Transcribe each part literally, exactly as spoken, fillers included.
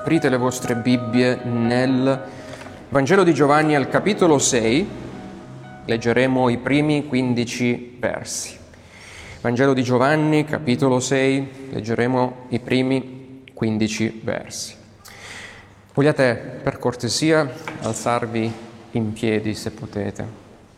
aprite le vostre Bibbie nel Vangelo di Giovanni al capitolo sei, leggeremo i primi quindici versi. Vangelo di Giovanni, capitolo sei, leggeremo i primi quindici versi. Vogliate per cortesia alzarvi in piedi se potete.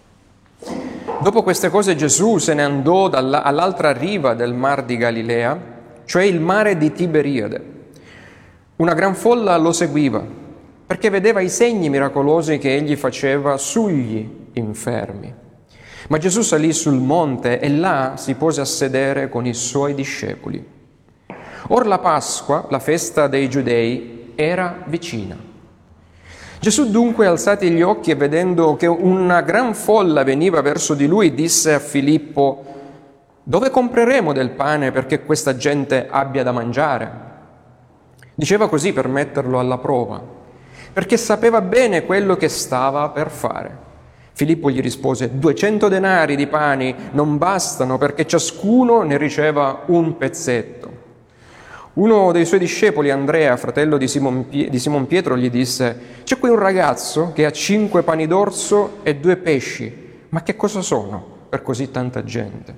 Dopo queste cose Gesù se ne andò dalla, all'altra riva del mar di Galilea, cioè il mare di Tiberiade. Una gran folla lo seguiva, perché vedeva i segni miracolosi che egli faceva sugli infermi. Ma Gesù salì sul monte e là si pose a sedere con i suoi discepoli. Or la Pasqua, la festa dei Giudei, era vicina. Gesù dunque, alzati gli occhi e vedendo che una gran folla veniva verso di lui, disse a Filippo: «Dove compreremo del pane perché questa gente abbia da mangiare?» Diceva così per metterlo alla prova, perché sapeva bene quello che stava per fare. Filippo gli rispose: duecento denari di pani non bastano perché ciascuno ne riceva un pezzetto. Uno dei suoi discepoli, Andrea, fratello di Simon, Pie- di Simon Pietro, gli disse: «C'è qui un ragazzo che ha cinque pani d'orzo e due pesci, ma che cosa sono per così tanta gente?»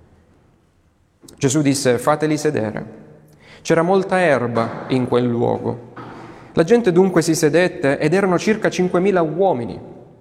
Gesù disse: «Fateli sedere». C'era molta erba in quel luogo. La gente dunque si sedette ed erano circa cinquemila uomini.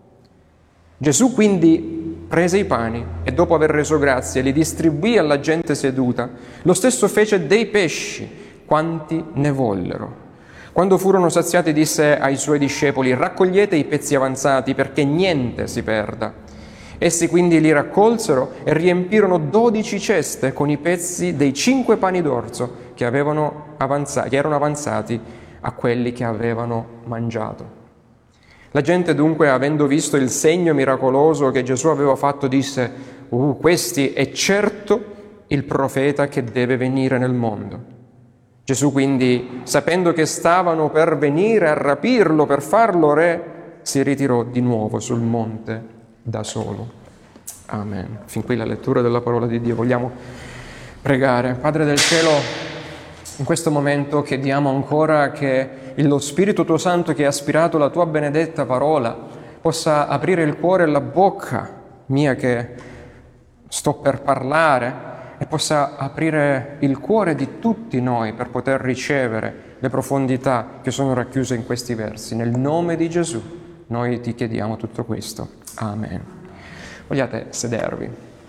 Gesù quindi prese i pani e dopo aver reso grazie li distribuì alla gente seduta. Lo stesso fece dei pesci, quanti ne vollero. Quando furono saziati disse ai suoi discepoli: «Raccogliete i pezzi avanzati perché niente si perda». Essi quindi li raccolsero e riempirono dodici ceste con i pezzi dei cinque pani d'orzo che, avevano avanzati, che erano avanzati a quelli che avevano mangiato. La gente dunque, avendo visto il segno miracoloso che Gesù aveva fatto, disse: «Uh, questi è certo il profeta che deve venire nel mondo». Gesù quindi, sapendo che stavano per venire a rapirlo, per farlo re, si ritirò di nuovo sul monte da solo. Amen. Fin qui la lettura della parola di Dio. Vogliamo pregare. Padre del cielo, in questo momento chiediamo ancora che lo Spirito tuo Santo, che ha aspirato la tua benedetta parola, possa aprire il cuore e la bocca mia che sto per parlare e possa aprire il cuore di tutti noi per poter ricevere le profondità che sono racchiuse in questi versi. Nel nome di Gesù noi ti chiediamo tutto questo. Amen. Vogliate sedervi.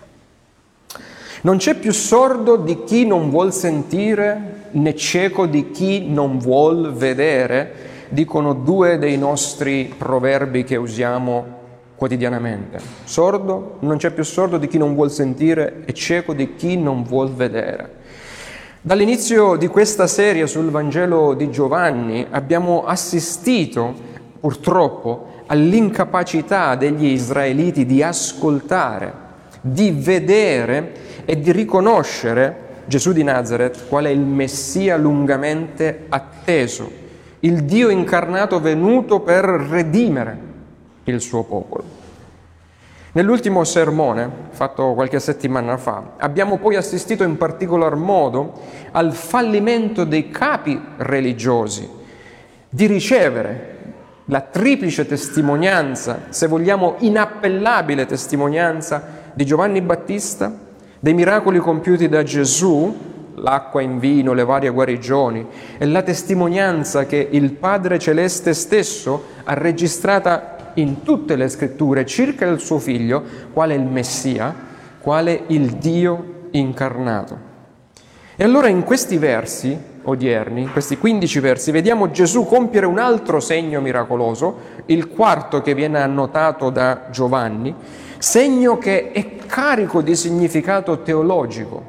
Non c'è più sordo di chi non vuol sentire, né cieco di chi non vuol vedere, dicono due dei nostri proverbi che usiamo quotidianamente. Sordo, non c'è più sordo di chi non vuol sentire e cieco di chi non vuol vedere. Dall'inizio di questa serie sul Vangelo di Giovanni abbiamo assistito, purtroppo, all'incapacità degli israeliti di ascoltare, di vedere e di riconoscere Gesù di Nazaret qual è il Messia lungamente atteso, il Dio incarnato venuto per redimere il suo popolo. Nell'ultimo sermone, fatto qualche settimana fa, abbiamo poi assistito in particolar modo al fallimento dei capi religiosi di ricevere la triplice testimonianza, se vogliamo inappellabile testimonianza, di Giovanni Battista, dei miracoli compiuti da Gesù, l'acqua in vino, le varie guarigioni, e la testimonianza che il Padre Celeste stesso ha registrata in tutte le Scritture circa il suo Figlio, quale il Messia, quale il Dio incarnato. E allora in questi versi odierni, questi quindici versi, vediamo Gesù compiere un altro segno miracoloso, il quarto che viene annotato da Giovanni, segno che è carico di significato teologico,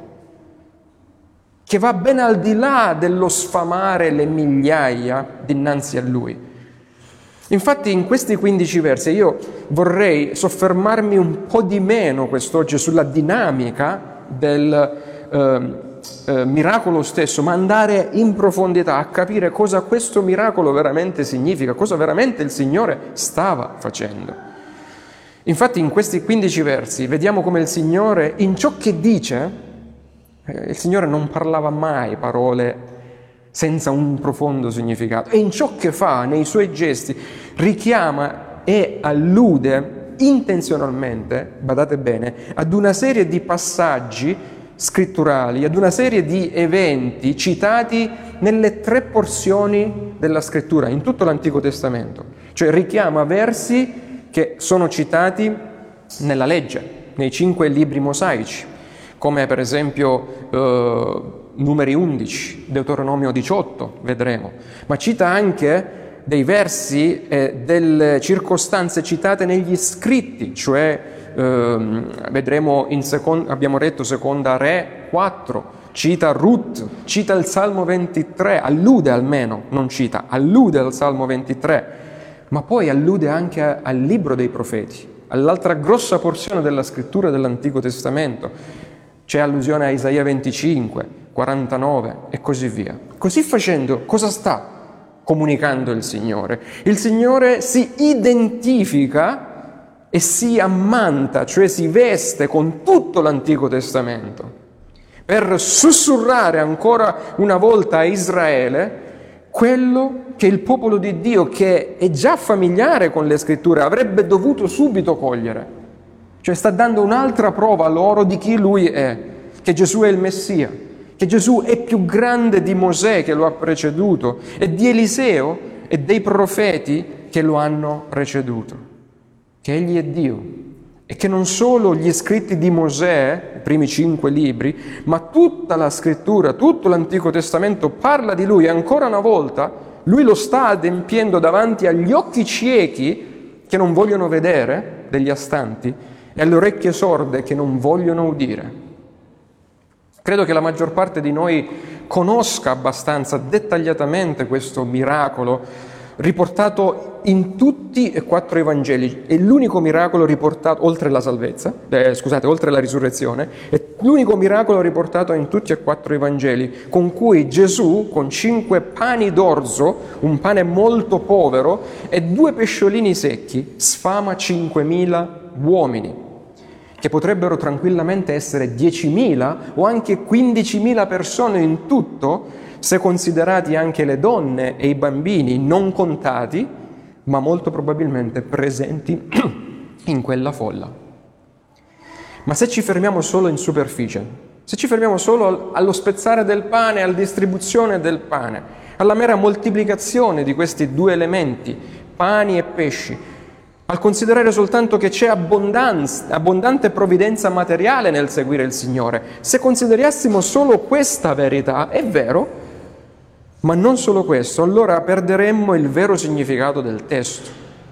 che va ben al di là dello sfamare le migliaia dinanzi a Lui. Infatti in questi quindici versi io vorrei soffermarmi un po' di meno quest'oggi sulla dinamica del eh, eh, miracolo stesso, ma andare in profondità a capire cosa questo miracolo veramente significa, cosa veramente il Signore stava facendo. Infatti in questi quindici versi vediamo come il Signore, in ciò che dice, eh, il Signore non parlava mai parole senza un profondo significato. E in ciò che fa, nei suoi gesti, richiama e allude intenzionalmente, badate bene, ad una serie di passaggi scritturali, ad una serie di eventi citati nelle tre porzioni della scrittura, in tutto l'Antico Testamento. Cioè richiama versi che sono citati nella legge, nei cinque libri mosaici, come per esempio eh, Numeri undici, Deuteronomio diciotto, vedremo, ma cita anche dei versi e delle circostanze citate negli scritti, cioè ehm, vedremo in seconda, abbiamo detto seconda Re quattro, cita Ruth, cita il Salmo ventitré, allude almeno, non cita, allude al Salmo ventitré, ma poi allude anche a, al libro dei profeti, all'altra grossa porzione della scrittura dell'Antico Testamento. C'è allusione a Isaia venticinque, quarantanove e così via. Così facendo, cosa sta comunicando il Signore? Il Signore si identifica e si ammanta, cioè si veste con tutto l'Antico Testamento, per sussurrare ancora una volta a Israele quello che il popolo di Dio, che è già familiare con le Scritture, avrebbe dovuto subito cogliere. Cioè sta dando un'altra prova loro di chi Lui è, che Gesù è il Messia, che Gesù è più grande di Mosè che lo ha preceduto e di Eliseo e dei profeti che lo hanno preceduto, che Egli è Dio e che non solo gli scritti di Mosè, i primi cinque libri, ma tutta la scrittura, tutto l'Antico Testamento parla di Lui e ancora una volta Lui lo sta adempiendo davanti agli occhi ciechi che non vogliono vedere, degli astanti, e alle orecchie sorde che non vogliono udire. Credo che la maggior parte di noi conosca abbastanza dettagliatamente questo miracolo riportato in tutti e quattro i Vangeli. È l'unico miracolo riportato, oltre la salvezza, eh, scusate, oltre la risurrezione, è l'unico miracolo riportato in tutti e quattro i Vangeli, con cui Gesù, con cinque pani d'orzo, un pane molto povero, e due pesciolini secchi, sfama cinquemila uomini, che potrebbero tranquillamente essere diecimila o anche quindicimila persone in tutto, se considerati anche le donne e i bambini non contati, ma molto probabilmente presenti in quella folla. Ma se ci fermiamo solo in superficie, se ci fermiamo solo allo spezzare del pane, alla distribuzione del pane, alla mera moltiplicazione di questi due elementi, pani e pesci, al considerare soltanto che c'è abbondanza, abbondante provvidenza materiale nel seguire il Signore, se considerassimo solo questa verità, è vero, ma non solo questo, allora perderemmo il vero significato del testo.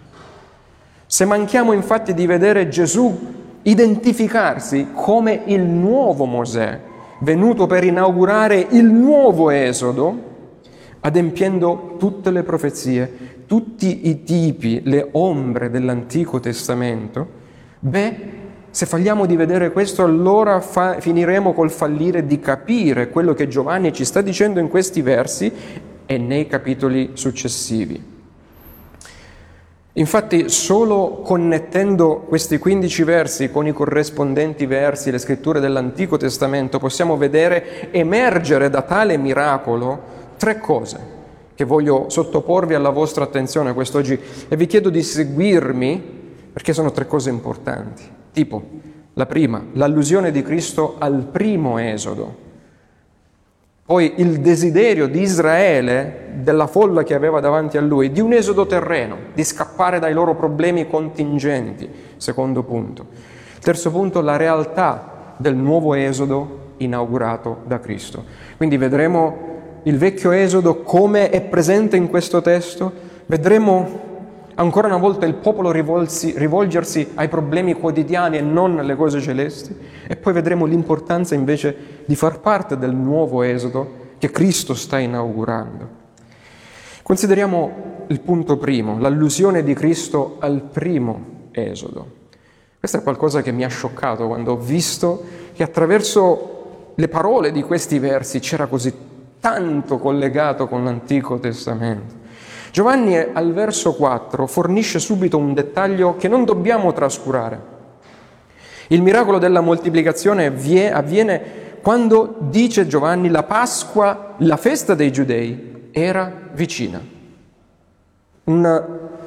Se manchiamo infatti di vedere Gesù identificarsi come il nuovo Mosè, venuto per inaugurare il nuovo Esodo, adempiendo tutte le profezie, tutti i tipi, le ombre dell'Antico Testamento, beh, se falliamo di vedere questo, allora fa, finiremo col fallire di capire quello che Giovanni ci sta dicendo in questi versi e nei capitoli successivi. Infatti, solo connettendo questi quindici versi con i corrispondenti versi, le scritture dell'Antico Testamento, possiamo vedere emergere da tale miracolo tre cose che voglio sottoporvi alla vostra attenzione quest'oggi e vi chiedo di seguirmi perché sono tre cose importanti. Tipo, la prima, l'allusione di Cristo al primo Esodo. Poi il desiderio di Israele, della folla che aveva davanti a lui, di un esodo terreno, di scappare dai loro problemi contingenti. Secondo punto. Terzo punto, la realtà del nuovo esodo inaugurato da Cristo. Quindi vedremo il vecchio esodo come è presente in questo testo, vedremo ancora una volta il popolo rivolsi, rivolgersi ai problemi quotidiani e non alle cose celesti, e poi vedremo l'importanza invece di far parte del nuovo esodo che Cristo sta inaugurando. Consideriamo il punto primo, l'allusione di Cristo al primo esodo. Questo è qualcosa che mi ha scioccato quando ho visto che attraverso le parole di questi versi c'era così tanto collegato con l'Antico Testamento. Giovanni al verso quattro fornisce subito un dettaglio che non dobbiamo trascurare. Il miracolo della moltiplicazione avviene quando dice Giovanni la Pasqua, la festa dei Giudei, era vicina. Un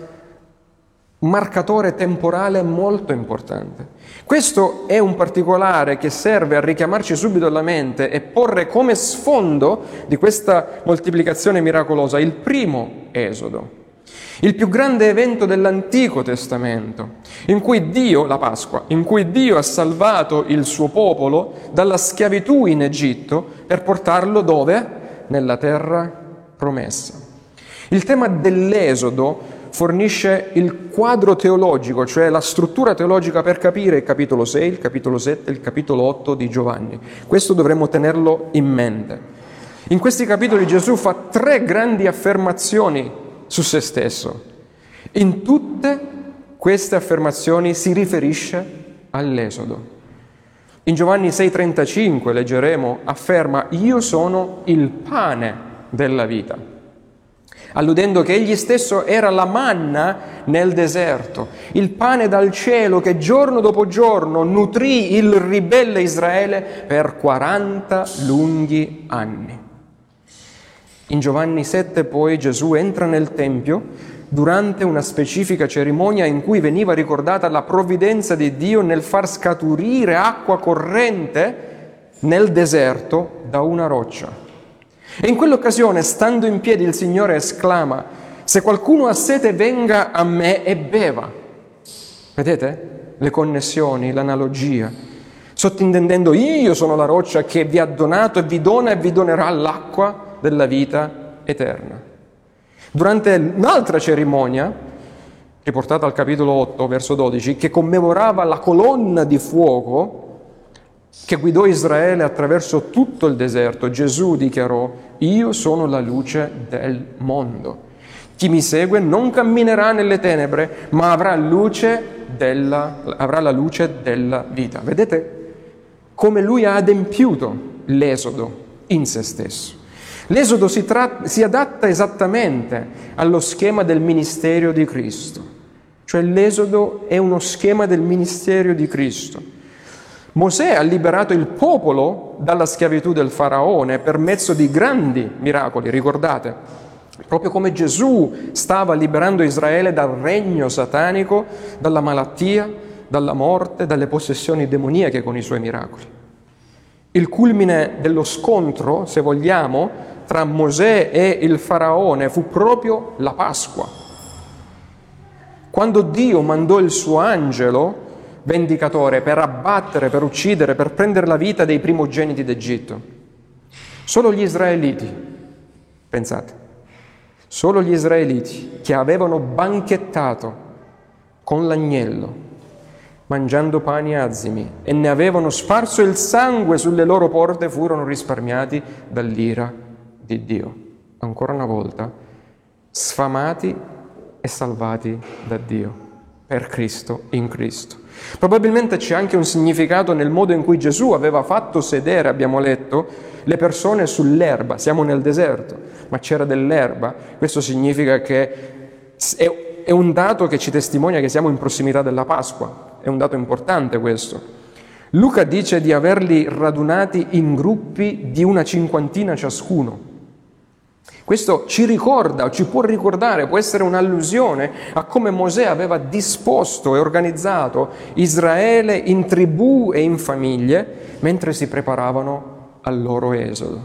marcatore temporale molto importante. Questo è un particolare che serve a richiamarci subito alla mente e porre come sfondo di questa moltiplicazione miracolosa il primo Esodo, il più grande evento dell'Antico Testamento, in cui Dio, la Pasqua, in cui Dio ha salvato il suo popolo dalla schiavitù in Egitto per portarlo dove? Nella terra promessa. Il tema dell'Esodo fornisce il quadro teologico, cioè la struttura teologica per capire il capitolo sei, il capitolo sette, il capitolo otto di Giovanni. Questo dovremmo tenerlo in mente. In questi capitoli Gesù fa tre grandi affermazioni su se stesso. In tutte queste affermazioni si riferisce all'Esodo. In Giovanni sei trentacinque leggeremo, afferma: io sono il pane della vita, alludendo che egli stesso era la manna nel deserto, il pane dal cielo che giorno dopo giorno nutrì il ribelle Israele per quaranta lunghi anni. In Giovanni sette poi Gesù entra nel Tempio durante una specifica cerimonia in cui veniva ricordata la provvidenza di Dio nel far scaturire acqua corrente nel deserto da una roccia. E in quell'occasione, stando in piedi, il Signore esclama: se qualcuno ha sete, venga a me e beva. Vedete le connessioni, l'analogia, sottintendendo: io sono la roccia che vi ha donato e vi dona e vi donerà l'acqua della vita eterna. Durante un'altra cerimonia, riportata al capitolo otto, verso dodici, che commemorava la colonna di fuoco che guidò Israele attraverso tutto il deserto, Gesù dichiarò: io sono la luce del mondo. Chi mi segue non camminerà nelle tenebre, ma avrà, luce della, avrà la luce della vita. Vedete come lui ha adempiuto l'Esodo in se stesso. L'Esodo si, tra- si adatta esattamente allo schema del ministero di Cristo. Cioè l'Esodo è uno schema del ministero di Cristo. Mosè ha liberato il popolo dalla schiavitù del faraone per mezzo di grandi miracoli, ricordate? Proprio come Gesù stava liberando Israele dal regno satanico, dalla malattia, dalla morte, dalle possessioni demoniache con i suoi miracoli. Il culmine dello scontro, se vogliamo, tra Mosè e il faraone fu proprio la Pasqua. Quando Dio mandò il suo angelo vendicatore per abbattere, per uccidere, per prendere la vita dei primogeniti d'Egitto. Solo gli israeliti, pensate, solo gli israeliti che avevano banchettato con l'agnello, mangiando pani azimi, e ne avevano sparso il sangue sulle loro porte, furono risparmiati dall'ira di Dio. Ancora una volta, sfamati e salvati da Dio, per Cristo, in Cristo. Probabilmente c'è anche un significato nel modo in cui Gesù aveva fatto sedere, abbiamo letto, le persone sull'erba. Siamo nel deserto, ma c'era dell'erba. Questo significa che è, è un dato che ci testimonia che siamo in prossimità della Pasqua. È un dato importante questo. Luca dice di averli radunati in gruppi di una cinquantina ciascuno. Questo ci ricorda, o ci può ricordare, può essere un'allusione a come Mosè aveva disposto e organizzato Israele in tribù e in famiglie mentre si preparavano al loro esodo.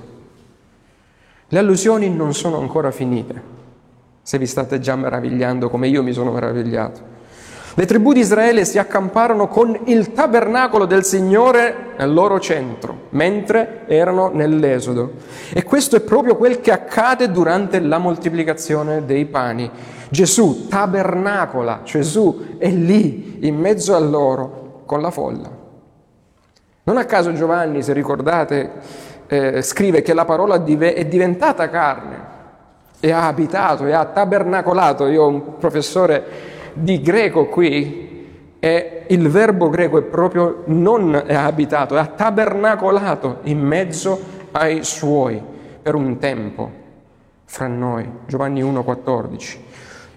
Le allusioni non sono ancora finite, se vi state già meravigliando come io mi sono meravigliato. Le tribù di Israele si accamparono con il tabernacolo del Signore nel loro centro, mentre erano nell'Esodo. E questo è proprio quel che accade durante la moltiplicazione dei pani. Gesù tabernacola, Gesù è lì, in mezzo a loro, con la folla. Non a caso Giovanni, se ricordate, eh, scrive che la parola dive- è diventata carne, e ha abitato, e ha tabernacolato. Io ho un professore di greco qui, e il verbo greco è proprio non è abitato, è tabernacolato in mezzo ai suoi per un tempo fra noi. Giovanni uno quattordici.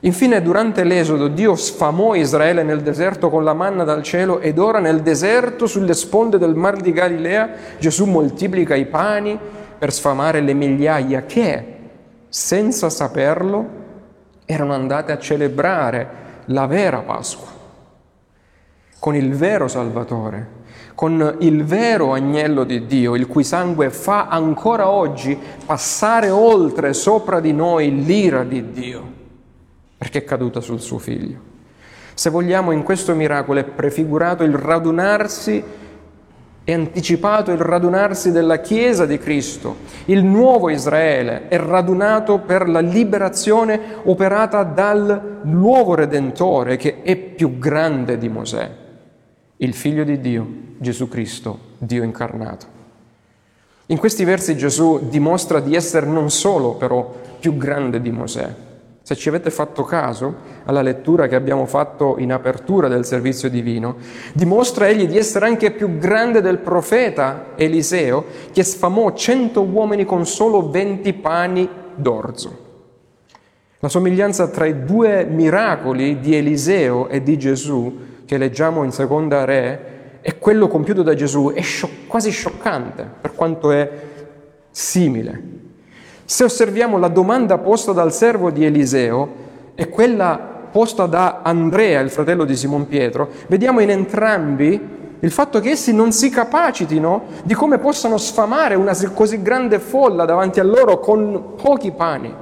Infine, durante l'Esodo, Dio sfamò Israele nel deserto con la manna dal cielo, ed ora nel deserto, sulle sponde del Mar di Galilea, Gesù moltiplica i pani per sfamare le migliaia che, senza saperlo, erano andate a celebrare la vera Pasqua, con il vero Salvatore, con il vero agnello di Dio, il cui sangue fa ancora oggi passare oltre sopra di noi l'ira di Dio, perché è caduta sul suo Figlio. Se vogliamo, in questo miracolo è prefigurato il radunarsi, è anticipato il radunarsi della Chiesa di Cristo. Il nuovo Israele è radunato per la liberazione operata dal nuovo Redentore, che è più grande di Mosè, il Figlio di Dio, Gesù Cristo, Dio incarnato. In questi versi Gesù dimostra di essere non solo però più grande di Mosè. Se ci avete fatto caso alla lettura che abbiamo fatto in apertura del servizio divino, dimostra egli di essere anche più grande del profeta Eliseo, che sfamò cento uomini con solo venti pani d'orzo. La somiglianza tra i due miracoli di Eliseo e di Gesù, che leggiamo in Seconda Re, e quello compiuto da Gesù, è scio- quasi scioccante per quanto è simile. Se osserviamo la domanda posta dal servo di Eliseo e quella posta da Andrea, il fratello di Simon Pietro, vediamo in entrambi il fatto che essi non si capacitino di come possano sfamare una così grande folla davanti a loro con pochi pani,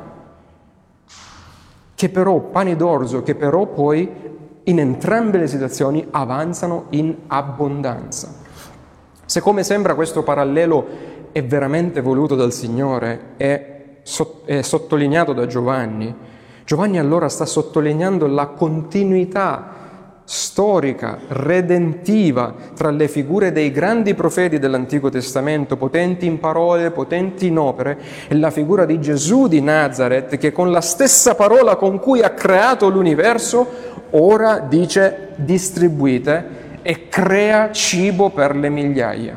che però, pani d'orzo, che però poi in entrambe le situazioni avanzano in abbondanza. Se come sembra questo parallelo è veramente voluto dal Signore, è è sottolineato da Giovanni. Giovanni allora sta sottolineando la continuità storica, redentiva tra le figure dei grandi profeti dell'Antico Testamento, potenti in parole, potenti in opere, e la figura di Gesù di Nazaret, che con la stessa parola con cui ha creato l'universo, ora dice distribuite e crea cibo per le migliaia.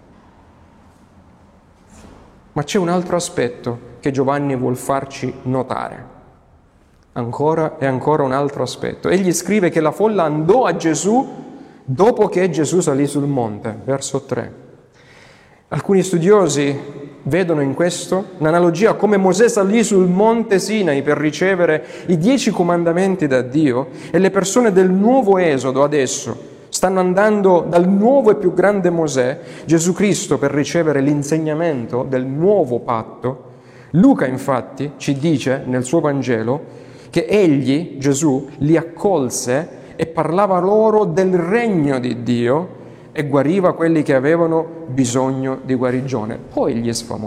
Ma c'è un altro aspetto che Giovanni vuol farci notare. Ancora e ancora un altro aspetto. Egli scrive che la folla andò a Gesù dopo che Gesù salì sul monte, verso tre. Alcuni studiosi vedono in questo un'analogia come Mosè salì sul monte Sinai per ricevere i dieci comandamenti da Dio, e le persone del nuovo Esodo adesso stanno andando dal nuovo e più grande Mosè, Gesù Cristo, per ricevere l'insegnamento del nuovo patto. Luca, infatti, ci dice nel suo Vangelo che egli, Gesù, li accolse e parlava loro del regno di Dio e guariva quelli che avevano bisogno di guarigione. Poi li sfamò.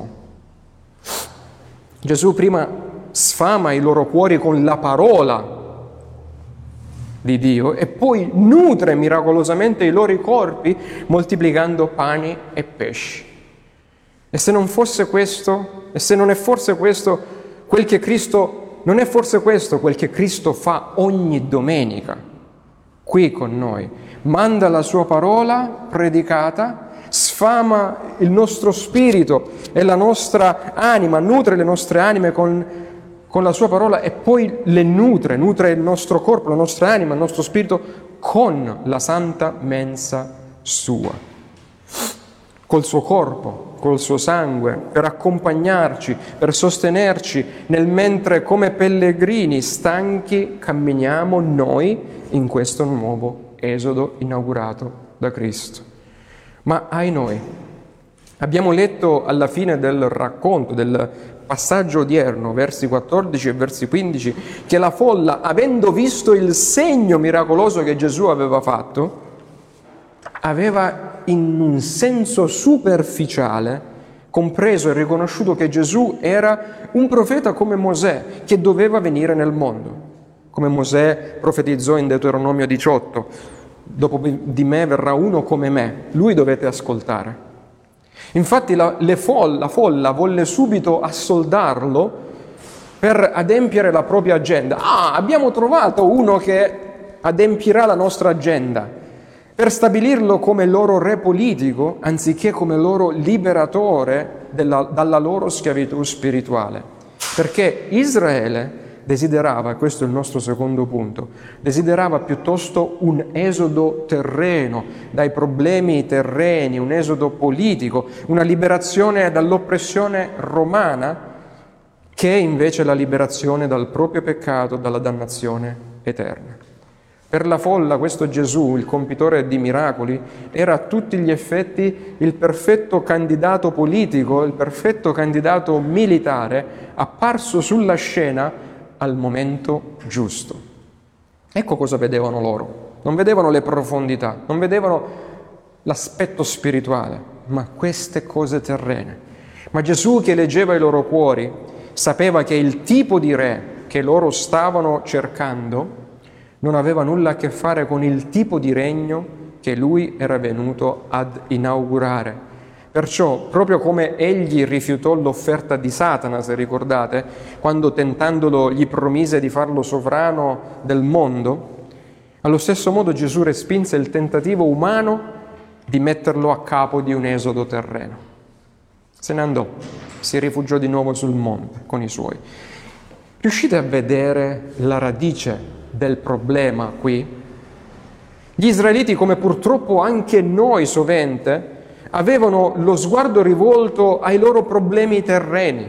Gesù prima sfama i loro cuori con la parola di Dio e poi nutre miracolosamente i loro corpi moltiplicando pani e pesci. E se non fosse questo, e se non è forse questo quel che Cristo, non è forse questo quel che Cristo fa ogni domenica qui con noi? Manda la sua parola predicata, sfama il nostro spirito e la nostra anima, nutre le nostre anime con, con la sua parola e poi le nutre, nutre il nostro corpo, la nostra anima, il nostro spirito con la santa mensa sua, col suo corpo, col suo sangue, per accompagnarci, per sostenerci nel mentre come pellegrini stanchi camminiamo noi in questo nuovo esodo inaugurato da Cristo. Ma ai noi, abbiamo letto alla fine del racconto, del passaggio odierno, versi quattordici e versi quindici, che la folla, avendo visto il segno miracoloso che Gesù aveva fatto, aveva in un senso superficiale compreso e riconosciuto che Gesù era un profeta come Mosè, che doveva venire nel mondo. Come Mosè profetizzò in Deuteronomio diciotto, dopo di me verrà uno come me, lui dovete ascoltare. Infatti la, le folla, la folla volle subito assoldarlo per adempiere la propria agenda. Ah, abbiamo trovato uno che adempirà la nostra agenda, per stabilirlo come loro re politico, anziché come loro liberatore della, dalla loro schiavitù spirituale. Perché Israele desiderava, e questo è il nostro secondo punto, desiderava piuttosto un esodo terreno dai problemi terreni, un esodo politico, una liberazione dall'oppressione romana, che è invece la liberazione dal proprio peccato, dalla dannazione eterna. Per la folla questo Gesù, il compitore di miracoli, era a tutti gli effetti il perfetto candidato politico, il perfetto candidato militare, apparso sulla scena al momento giusto. Ecco cosa vedevano loro. Non vedevano le profondità, non vedevano l'aspetto spirituale, ma queste cose terrene. Ma Gesù, che leggeva i loro cuori, sapeva che il tipo di re che loro stavano cercando non aveva nulla a che fare con il tipo di regno che lui era venuto ad inaugurare. Perciò, proprio come egli rifiutò l'offerta di Satana, se ricordate, quando tentandolo gli promise di farlo sovrano del mondo, allo stesso modo Gesù respinse il tentativo umano di metterlo a capo di un esodo terreno. Se ne andò, si rifugiò di nuovo sul monte con i suoi. Riuscite a vedere la radice del problema qui? Gli israeliti, come purtroppo anche noi sovente, avevano lo sguardo rivolto ai loro problemi terreni,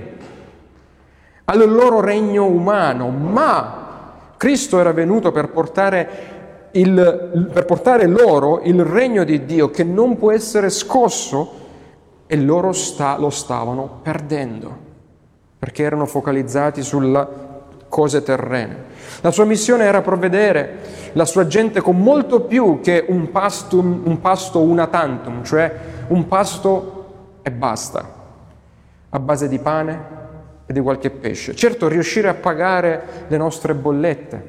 al loro regno umano, ma Cristo era venuto per portare, il, per portare loro il regno di Dio che non può essere scosso, e loro sta, lo stavano perdendo, perché erano focalizzati sulle cose terrene. La sua missione era provvedere la sua gente con molto più che un pasto, un pasto una tantum, cioè un pasto e basta, a base di pane e di qualche pesce. Certo, riuscire a pagare le nostre bollette,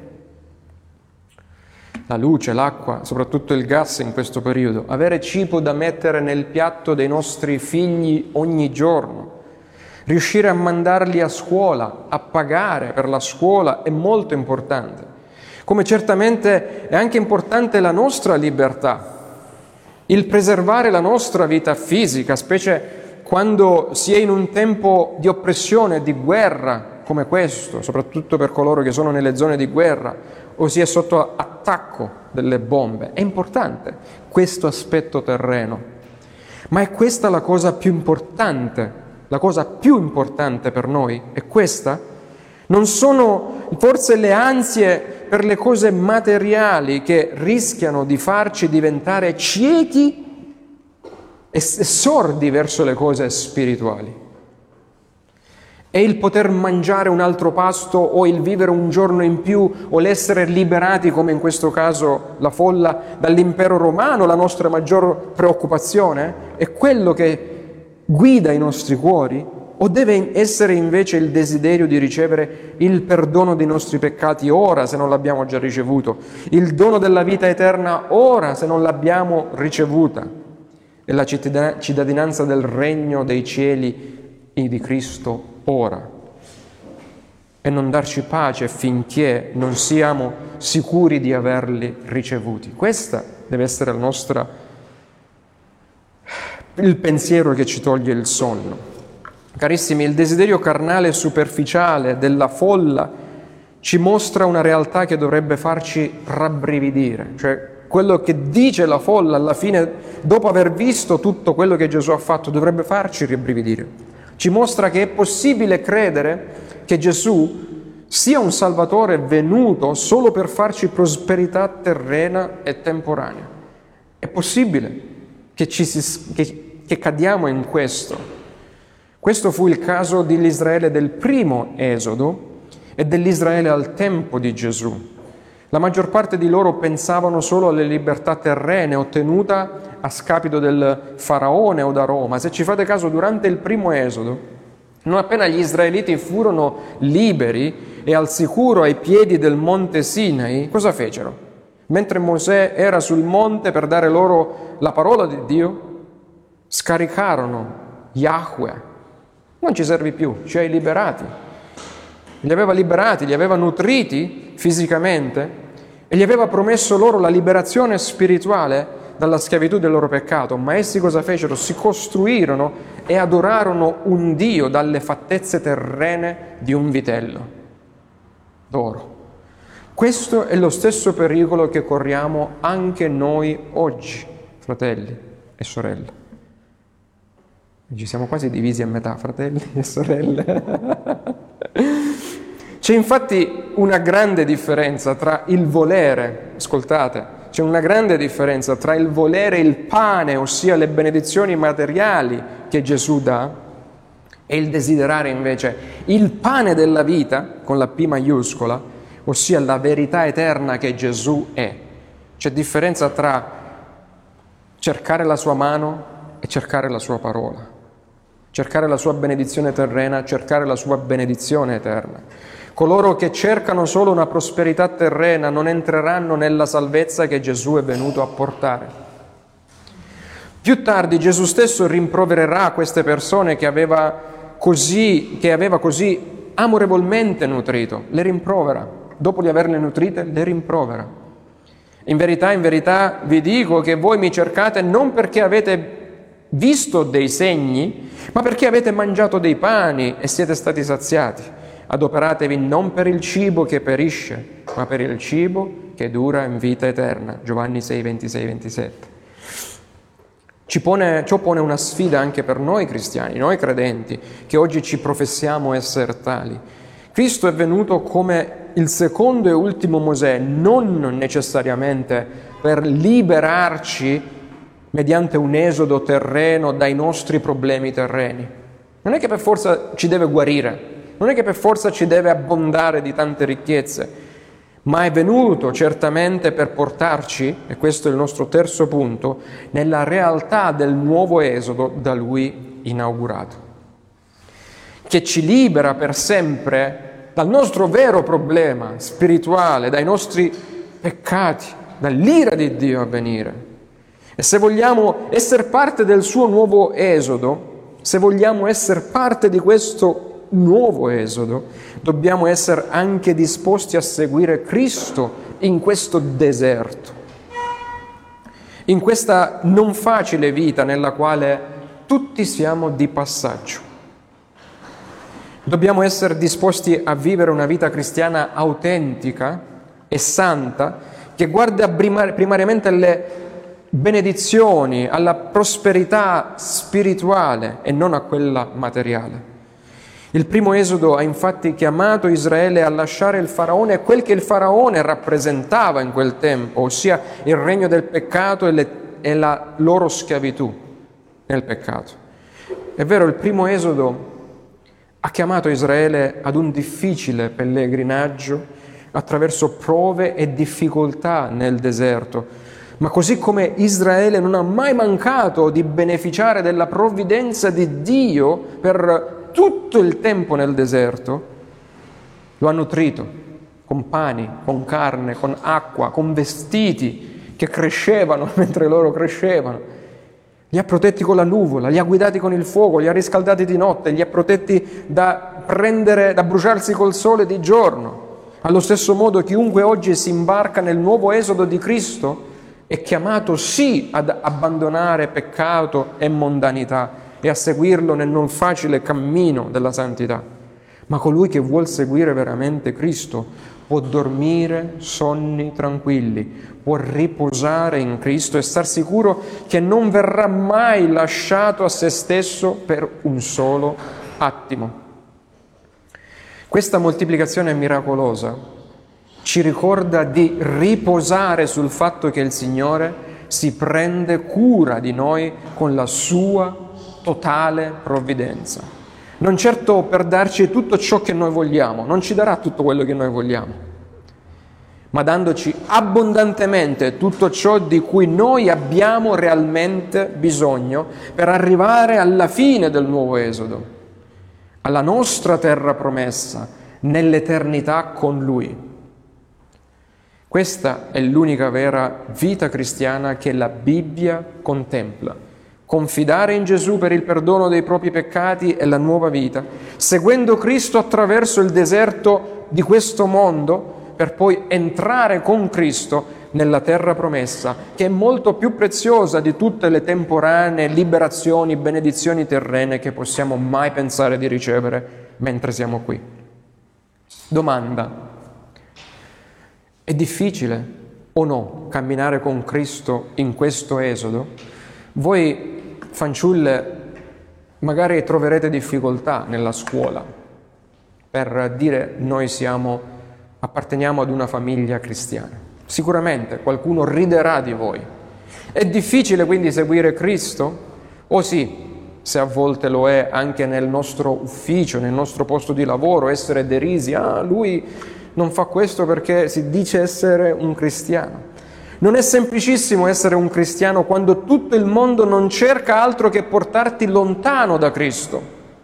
la luce, l'acqua, soprattutto il gas in questo periodo, avere cibo da mettere nel piatto dei nostri figli ogni giorno, riuscire a mandarli a scuola, a pagare per la scuola è molto importante. Come certamente è anche importante la nostra libertà, il preservare la nostra vita fisica, specie quando si è in un tempo di oppressione, di guerra come questo, soprattutto per coloro che sono nelle zone di guerra o si è sotto attacco delle bombe. È importante questo aspetto terreno, ma è questa la cosa più importante. La cosa più importante per noi è questa? Non sono forse le ansie per le cose materiali che rischiano di farci diventare ciechi e sordi verso le cose spirituali? È il poter mangiare un altro pasto o il vivere un giorno in più o l'essere liberati, come in questo caso la folla, dall'impero romano, la nostra maggior preoccupazione? È quello che guida i nostri cuori? O deve essere invece il desiderio di ricevere il perdono dei nostri peccati ora, se non l'abbiamo già ricevuto, il dono della vita eterna ora, se non l'abbiamo ricevuta, e la cittadinanza del regno dei cieli di Cristo ora, e non darci pace finché non siamo sicuri di averli ricevuti? Questa deve essere la nostra, il pensiero che ci toglie il sonno. Carissimi, il desiderio carnale superficiale della folla ci mostra una realtà che dovrebbe farci rabbrividire, cioè quello che dice la folla alla fine, dopo aver visto tutto quello che Gesù ha fatto, dovrebbe farci rabbrividire. Ci mostra che è possibile credere che Gesù sia un Salvatore venuto solo per farci prosperità terrena e temporanea. È possibile che, ci si, che, che cadiamo in questo. Questo fu il caso dell'Israele del primo Esodo e dell'Israele al tempo di Gesù. La maggior parte di loro pensavano solo alle libertà terrene ottenuta a scapito del faraone o da Roma. Se ci fate caso, durante il primo Esodo, non appena gli israeliti furono liberi e al sicuro ai piedi del monte Sinai, cosa fecero? Mentre Mosè era sul monte per dare loro la parola di Dio, scaricarono Yahweh. Non ci servi più, ci hai liberati. Li aveva liberati, li aveva nutriti fisicamente e gli aveva promesso loro la liberazione spirituale dalla schiavitù del loro peccato. Ma essi cosa fecero? Si costruirono e adorarono un Dio dalle fattezze terrene di un vitello. d'oro. Questo è lo stesso pericolo che corriamo anche noi oggi, fratelli e sorelle. Ci siamo quasi divisi a metà, fratelli e sorelle. C'è infatti una grande differenza tra il volere, ascoltate, c'è una grande differenza tra il volere il pane, ossia le benedizioni materiali che Gesù dà, e il desiderare invece il pane della vita, con la P maiuscola, ossia la verità eterna che Gesù è. C'è differenza tra cercare la sua mano e cercare la sua parola, cercare la sua benedizione terrena, cercare la sua benedizione eterna. Coloro che cercano solo una prosperità terrena non entreranno nella salvezza che Gesù è venuto a portare. Più tardi Gesù stesso rimprovererà queste persone che aveva così, che aveva così amorevolmente nutrito, le rimprovera. Dopo di averle nutrite, le rimprovera. In verità, in verità vi dico che voi mi cercate non perché avete visto dei segni, ma perché avete mangiato dei pani e siete stati saziati. Adoperatevi non per il cibo che perisce, ma per il cibo che dura in vita eterna. Giovanni sei, ventisei, ventisette. Ci pone, ciò pone una sfida anche per noi cristiani, noi credenti, che oggi ci professiamo essere tali. Cristo è venuto come il secondo e ultimo Mosè, non necessariamente per liberarci mediante un esodo terreno dai nostri problemi terreni. Non è che per forza ci deve guarire, non è che per forza ci deve abbondare di tante ricchezze, ma è venuto certamente per portarci, e questo è il nostro terzo punto, nella realtà del nuovo esodo da Lui inaugurato, che ci libera per sempre dal nostro vero problema spirituale, dai nostri peccati, dall'ira di Dio a venire. E se vogliamo essere parte del suo nuovo esodo, se vogliamo essere parte di questo nuovo esodo, dobbiamo essere anche disposti a seguire Cristo in questo deserto, in questa non facile vita nella quale tutti siamo di passaggio. Dobbiamo essere disposti a vivere una vita cristiana autentica e santa, che guarda primariamente alle benedizioni, alla prosperità spirituale e non a quella materiale. Il primo esodo ha infatti chiamato Israele a lasciare il faraone e quel che il faraone rappresentava in quel tempo, ossia il regno del peccato e, le, e la loro schiavitù nel peccato. È vero, il primo esodo ha chiamato Israele ad un difficile pellegrinaggio attraverso prove e difficoltà nel deserto, ma così come Israele non ha mai mancato di beneficiare della provvidenza di Dio per tutto il tempo nel deserto, lo ha nutrito con pani, con carne, con acqua, con vestiti che crescevano mentre loro crescevano. Li ha protetti con la nuvola, li ha guidati con il fuoco, li ha riscaldati di notte, li ha protetti da prendere, da bruciarsi col sole di giorno. Allo stesso modo chiunque oggi si imbarca nel nuovo esodo di Cristo è chiamato sì ad abbandonare peccato e mondanità e a seguirlo nel non facile cammino della santità. Ma colui che vuol seguire veramente Cristo può dormire sonni tranquilli, può riposare in Cristo e star sicuro che non verrà mai lasciato a se stesso per un solo attimo. Questa moltiplicazione miracolosa ci ricorda di riposare sul fatto che il Signore si prende cura di noi con la sua totale provvidenza. Non certo per darci tutto ciò che noi vogliamo, non ci darà tutto quello che noi vogliamo, ma dandoci abbondantemente tutto ciò di cui noi abbiamo realmente bisogno per arrivare alla fine del nuovo esodo, alla nostra terra promessa, nell'eternità con Lui. Questa è l'unica vera vita cristiana che la Bibbia contempla. Confidare in Gesù per il perdono dei propri peccati e la nuova vita, seguendo Cristo attraverso il deserto di questo mondo, per poi entrare con Cristo nella terra promessa, che è molto più preziosa di tutte le temporanee liberazioni, benedizioni terrene che possiamo mai pensare di ricevere mentre siamo qui. Domanda: È difficile o no camminare con Cristo in questo esodo? Voi fanciulle magari troverete difficoltà nella scuola per dire noi siamo, apparteniamo ad una famiglia cristiana. Sicuramente qualcuno riderà di voi. È difficile quindi seguire Cristo? O sì, se a volte lo è anche nel nostro ufficio, nel nostro posto di lavoro, essere derisi, ah, lui non fa questo perché si dice essere un cristiano. Non è semplicissimo essere un cristiano quando tutto il mondo non cerca altro che portarti lontano da Cristo.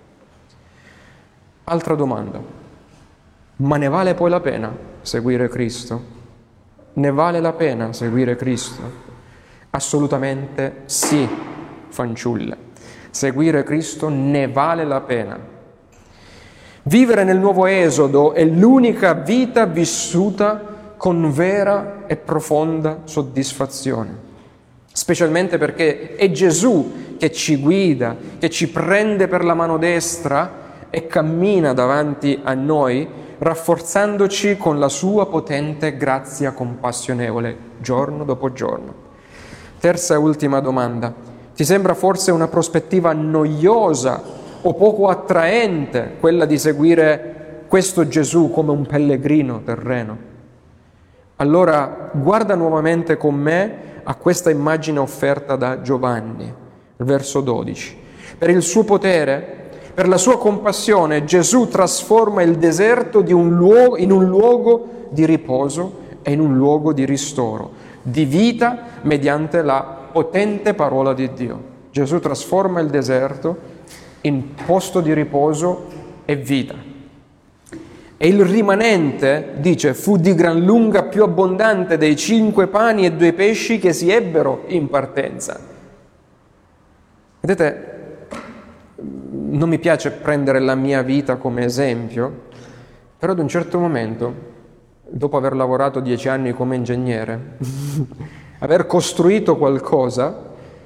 Altra domanda: ma ne vale poi la pena seguire Cristo? Ne vale la pena seguire Cristo? Assolutamente sì, fanciulle. Seguire Cristo ne vale la pena. Vivere nel nuovo esodo è l'unica vita vissuta con vera e profonda soddisfazione, specialmente perché è Gesù che ci guida, che ci prende per la mano destra e cammina davanti a noi, rafforzandoci con la sua potente grazia compassionevole, giorno dopo giorno. Terza e ultima domanda: ti sembra forse una prospettiva noiosa o poco attraente quella di seguire questo Gesù come un pellegrino terreno? Allora guarda nuovamente con me a questa immagine offerta da Giovanni, verso dodici. Per il suo potere, per la sua compassione, Gesù trasforma il deserto di un luogo, in un luogo di riposo e in un luogo di ristoro, di vita mediante la potente parola di Dio. Gesù trasforma il deserto in posto di riposo e vita. E il rimanente, dice, fu di gran lunga più abbondante dei cinque pani e due pesci che si ebbero in partenza. Vedete, non mi piace prendere la mia vita come esempio, però ad un certo momento, dopo aver lavorato dieci anni come ingegnere, aver costruito qualcosa,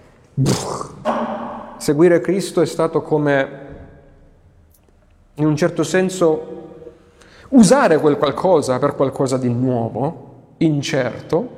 seguire Cristo è stato come, in un certo senso, usare quel qualcosa per qualcosa di nuovo, incerto,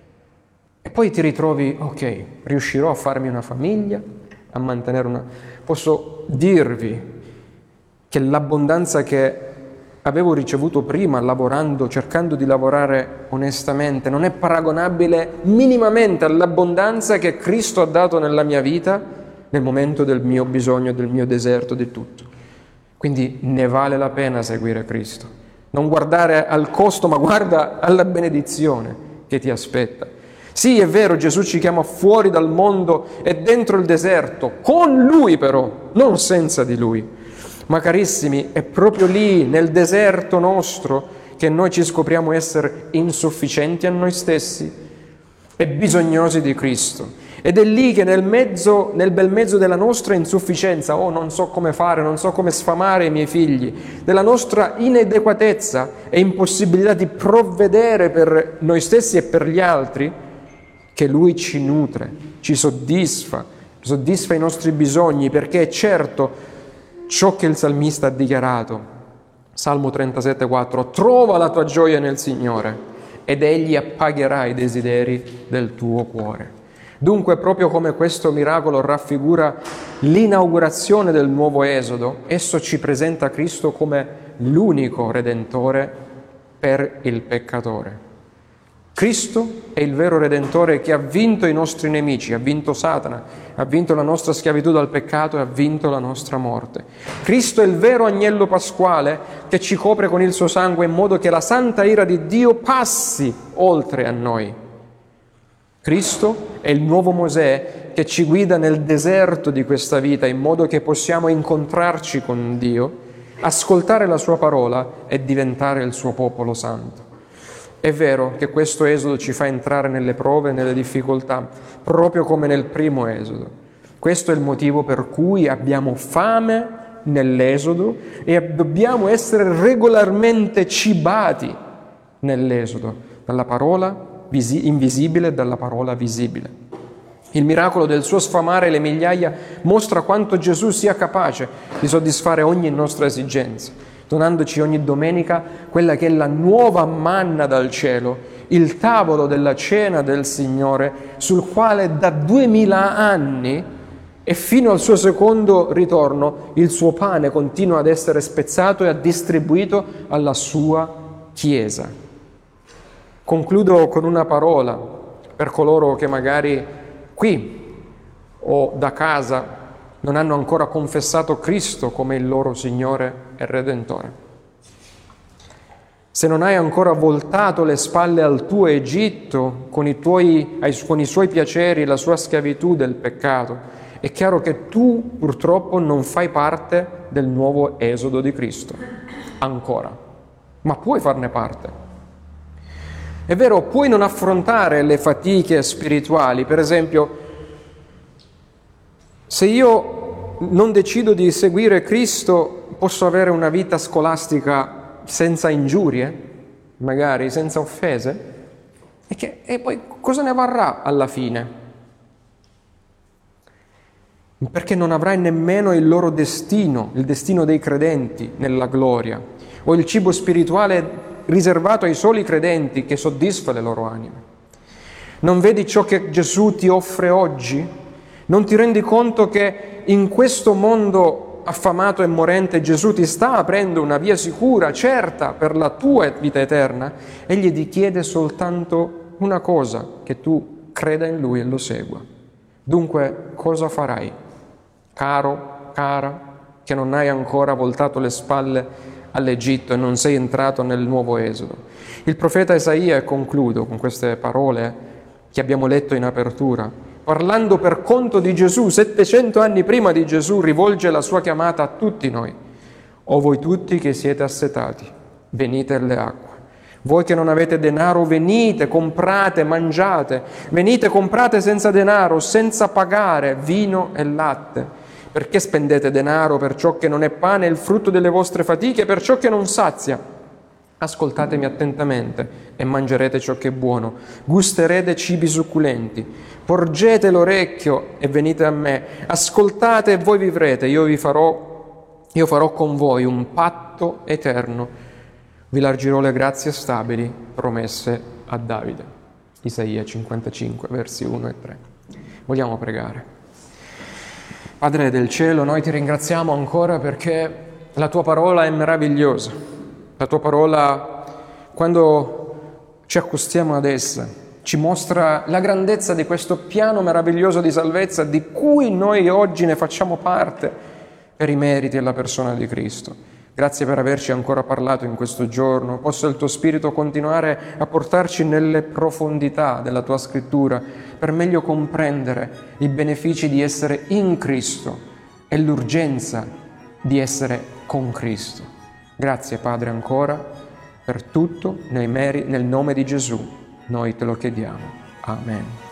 e poi ti ritrovi, ok, riuscirò a farmi una famiglia, a mantenere una... Posso dirvi che l'abbondanza che avevo ricevuto prima, lavorando, cercando di lavorare onestamente, non è paragonabile minimamente all'abbondanza che Cristo ha dato nella mia vita nel momento del mio bisogno, del mio deserto, di tutto. Quindi ne vale la pena seguire Cristo. Non guardare al costo, ma guarda alla benedizione che ti aspetta. Sì, è vero, Gesù ci chiama fuori dal mondo e dentro il deserto, con Lui però, non senza di Lui. Ma carissimi, è proprio lì, nel deserto nostro, che noi ci scopriamo essere insufficienti a noi stessi e bisognosi di Cristo. Ed è lì che nel mezzo, nel bel mezzo della nostra insufficienza, oh non so come fare, non so come sfamare i miei figli, della nostra inadeguatezza e impossibilità di provvedere per noi stessi e per gli altri, che Lui ci nutre, ci soddisfa, soddisfa i nostri bisogni, perché è certo ciò che il salmista ha dichiarato, Salmo trentasette quattro, trova la tua gioia nel Signore ed Egli appagherà i desideri del tuo cuore. Dunque, proprio come questo miracolo raffigura l'inaugurazione del nuovo esodo, esso ci presenta Cristo come l'unico Redentore per il peccatore. Cristo è il vero Redentore che ha vinto i nostri nemici, ha vinto Satana, ha vinto la nostra schiavitù dal peccato e ha vinto la nostra morte. Cristo è il vero agnello pasquale che ci copre con il suo sangue in modo che la santa ira di Dio passi oltre a noi. Cristo è il nuovo Mosè che ci guida nel deserto di questa vita in modo che possiamo incontrarci con Dio, ascoltare la sua parola e diventare il suo popolo santo. È vero che questo esodo ci fa entrare nelle prove e nelle difficoltà, proprio come nel primo esodo. Questo è il motivo per cui abbiamo fame nell'esodo e dobbiamo essere regolarmente cibati nell'esodo, dalla parola invisibile e dalla parola visibile. Il miracolo del suo sfamare le migliaia mostra quanto Gesù sia capace di soddisfare ogni nostra esigenza. donandoci ogni domenica quella che è la nuova manna dal cielo, il tavolo della cena del Signore, sul quale da duemila anni e fino al suo secondo ritorno il suo pane continua ad essere spezzato e a distribuito alla sua Chiesa. Concludo con una parola per coloro che magari qui o da casa non hanno ancora confessato Cristo come il loro Signore e Redentore. Se non hai ancora voltato le spalle al tuo Egitto con i tuoi, con i suoi piaceri, la sua schiavitù del peccato, è chiaro che tu purtroppo non fai parte del nuovo esodo di Cristo, ancora, ma puoi farne parte. È vero, puoi non affrontare le fatiche spirituali, per esempio, se io non decido di seguire Cristo, posso avere una vita scolastica senza ingiurie, magari senza offese, e, che, e poi cosa ne varrà alla fine? Perché non avrai nemmeno il loro destino, il destino dei credenti nella gloria, o il cibo spirituale riservato ai soli credenti che soddisfa le loro anime. Non vedi ciò che Gesù ti offre oggi? Non ti rendi conto che in questo mondo affamato e morente Gesù ti sta aprendo una via sicura, certa, per la tua vita eterna? Egli ti chiede soltanto una cosa, che tu creda in Lui e lo segua. Dunque, cosa farai? Caro, cara, che non hai ancora voltato le spalle all'Egitto e non sei entrato nel nuovo esodo. Il profeta Isaia, e concludo con queste parole che abbiamo letto in apertura, parlando per conto di Gesù, settecento anni prima di Gesù, rivolge la sua chiamata a tutti noi. O voi tutti che siete assetati, venite alle acque. Voi che non avete denaro, venite, comprate, mangiate. Venite, comprate senza denaro, senza pagare vino e latte. Perché spendete denaro per ciò che non è pane, il frutto delle vostre fatiche, per ciò che non sazia? Ascoltatemi attentamente e mangerete ciò che è buono, gusterete cibi succulenti, porgete l'orecchio e venite a me, ascoltate e voi vivrete, io vi farò, io farò con voi un patto eterno, vi largirò le grazie stabili promesse a Davide. Isaia cinquantacinque, versi uno e tre. Vogliamo pregare. Padre del cielo, noi ti ringraziamo ancora perché la tua parola è meravigliosa. La tua parola, quando ci accostiamo ad essa, ci mostra la grandezza di questo piano meraviglioso di salvezza di cui noi oggi ne facciamo parte per i meriti e la persona di Cristo. Grazie per averci ancora parlato in questo giorno. Possa il tuo Spirito continuare a portarci nelle profondità della tua scrittura per meglio comprendere i benefici di essere in Cristo e l'urgenza di essere con Cristo. Grazie Padre ancora per tutto, nei meri, nel nome di Gesù noi te lo chiediamo. Amen.